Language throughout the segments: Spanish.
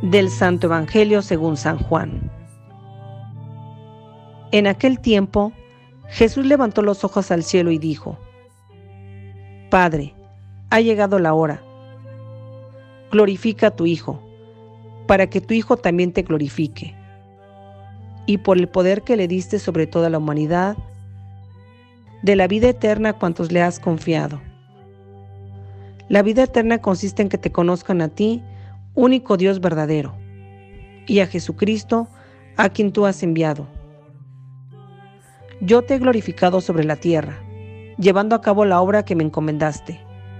Del Santo Evangelio según San Juan. En aquel tiempo, Jesús levantó los ojos al cielo y dijo: Padre, ha llegado la hora. Glorifica a tu Hijo, para que tu Hijo también te glorifique. Y por el poder que le diste sobre toda la humanidad, de la vida eterna a cuantos le has confiado. La vida eterna consiste en que te conozcan a ti, único Dios verdadero, y a Jesucristo, a quien tú has enviado. Yo te he glorificado sobre la tierra, llevando a cabo la obra que me encomendaste.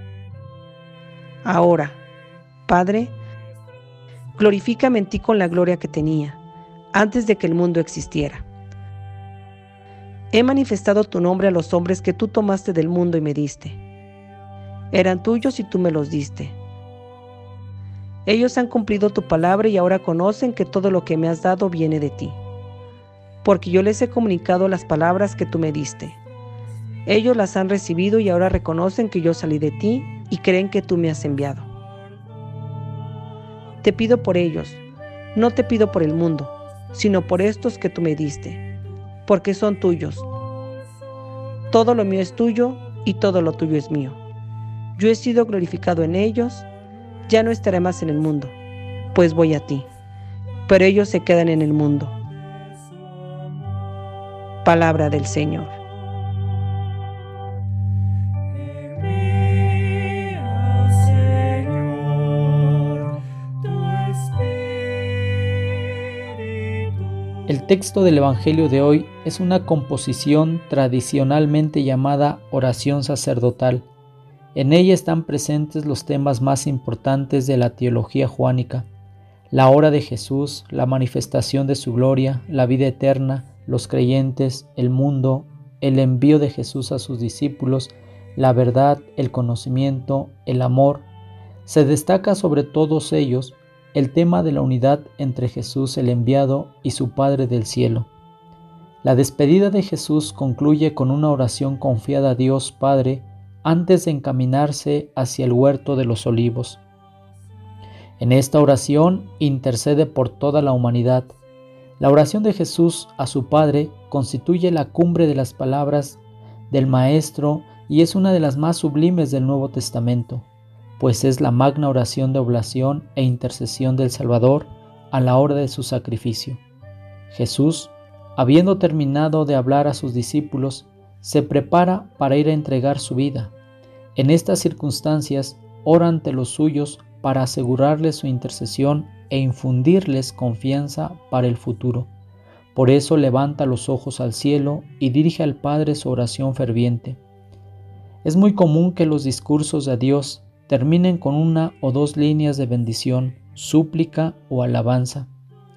Ahora, Padre, glorifícame en ti con la gloria que tenía, antes de que el mundo existiera. He manifestado tu nombre a los hombres que tú tomaste del mundo y me diste. Eran tuyos y tú me los diste. Ellos han cumplido tu palabra y ahora conocen que todo lo que me has dado viene de ti, porque yo les he comunicado las palabras que tú me diste. Ellos las han recibido y ahora reconocen que yo salí de ti y creen que tú me has enviado. Te pido por ellos, no te pido por el mundo, sino por estos que tú me diste, porque son tuyos. Todo lo mío es tuyo y todo lo tuyo es mío. Yo he sido glorificado en ellos, ya no estaré más en el mundo, pues voy a ti, pero ellos se quedan en el mundo. Palabra del Señor. El texto del Evangelio de hoy es una composición tradicionalmente llamada oración sacerdotal. En ella están presentes los temas más importantes de la teología juánica: la hora de Jesús, la manifestación de su gloria, la vida eterna, los creyentes, el mundo, el envío de Jesús a sus discípulos, la verdad, el conocimiento, el amor. Se destaca sobre todos ellos el tema de la unidad entre Jesús el enviado y su Padre del cielo. La despedida de Jesús concluye con una oración confiada a Dios Padre antes de encaminarse hacia el huerto de los olivos. En esta oración intercede por toda la humanidad. La oración de Jesús a su Padre constituye la cumbre de las palabras del Maestro y es una de las más sublimes del Nuevo Testamento, pues es la magna oración de oblación e intercesión del Salvador a la hora de su sacrificio. Jesús, habiendo terminado de hablar a sus discípulos, se prepara para ir a entregar su vida. En estas circunstancias, ora ante los suyos para asegurarles su intercesión e infundirles confianza para el futuro. Por eso levanta los ojos al cielo y dirige al Padre su oración ferviente. Es muy común que los discursos de adiós terminen con una o dos líneas de bendición, súplica o alabanza,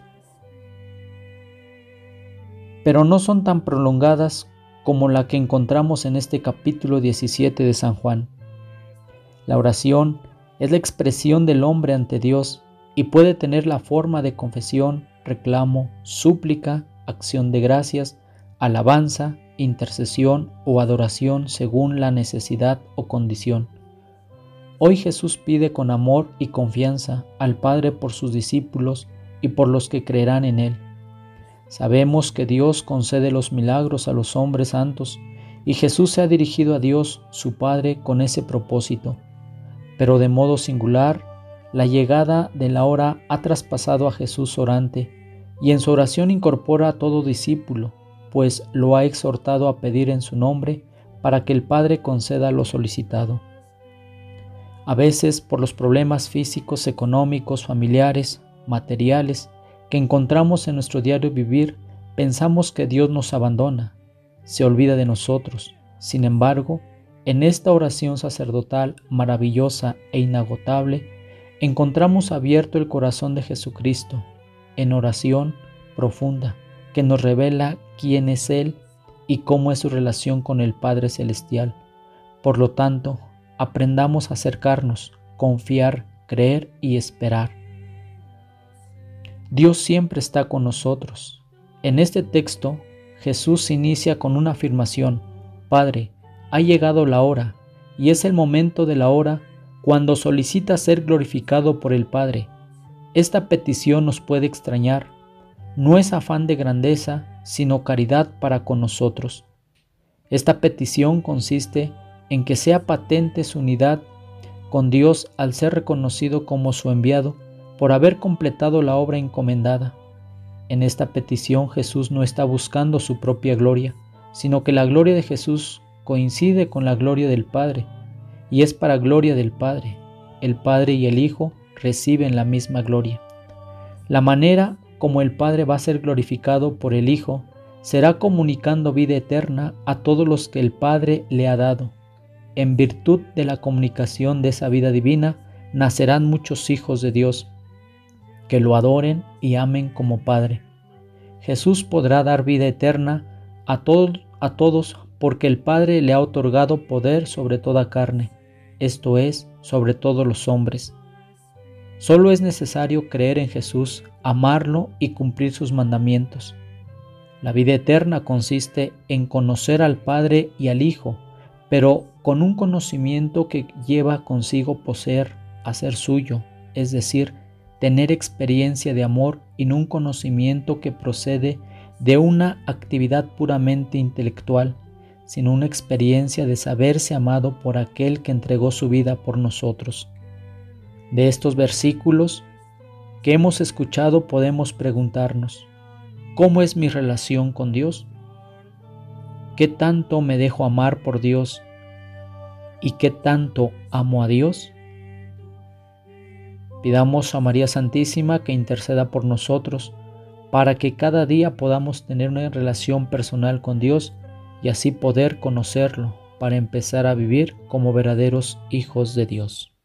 pero no son tan prolongadas como la que encontramos en este capítulo 17 de San Juan. La oración es la expresión del hombre ante Dios y puede tener la forma de confesión, reclamo, súplica, acción de gracias, alabanza, intercesión o adoración según la necesidad o condición. Hoy Jesús pide con amor y confianza al Padre por sus discípulos y por los que creerán en Él. Sabemos que Dios concede los milagros a los hombres santos y Jesús se ha dirigido a Dios, su Padre, con ese propósito. Pero de modo singular, la llegada de la hora ha traspasado a Jesús orante y en su oración incorpora a todo discípulo, pues lo ha exhortado a pedir en su nombre para que el Padre conceda lo solicitado. A veces, por los problemas físicos, económicos, familiares, materiales que encontramos en nuestro diario vivir, pensamos que Dios nos abandona, se olvida de nosotros. Sin embargo, en esta oración sacerdotal maravillosa e inagotable, encontramos abierto el corazón de Jesucristo, en oración profunda, que nos revela quién es Él y cómo es su relación con el Padre Celestial. Por lo tanto, aprendamos a acercarnos, confiar, creer y esperar. Dios siempre está con nosotros. En este texto, Jesús inicia con una afirmación: Padre, ha llegado la hora, y es el momento de la hora cuando solicita ser glorificado por el Padre. Esta petición nos puede extrañar. No es afán de grandeza, sino caridad para con nosotros. Esta petición consiste en que sea patente su unidad con Dios al ser reconocido como su enviado por haber completado la obra encomendada. En esta petición Jesús no está buscando su propia gloria, sino que la gloria de Jesús coincide con la gloria del Padre, y es para gloria del Padre. El Padre y el Hijo reciben la misma gloria. La manera como el Padre va a ser glorificado por el Hijo será comunicando vida eterna a todos los que el Padre le ha dado. En virtud de la comunicación de esa vida divina, nacerán muchos hijos de Dios, que lo adoren y amen como Padre. Jesús podrá dar vida eterna a todos porque el Padre le ha otorgado poder sobre toda carne, esto es, sobre todos los hombres. Solo es necesario creer en Jesús, amarlo y cumplir sus mandamientos. La vida eterna consiste en conocer al Padre y al Hijo, pero con un conocimiento que lleva consigo poseer, hacer suyo, es decir, tener experiencia de amor y no un conocimiento que procede de una actividad puramente intelectual, sino una experiencia de saberse amado por aquel que entregó su vida por nosotros. De estos versículos que hemos escuchado podemos preguntarnos, ¿cómo es mi relación con Dios? ¿Qué tanto me dejo amar por Dios y qué tanto amo a Dios? Pidamos a María Santísima que interceda por nosotros para que cada día podamos tener una relación personal con Dios y así poder conocerlo para empezar a vivir como verdaderos hijos de Dios.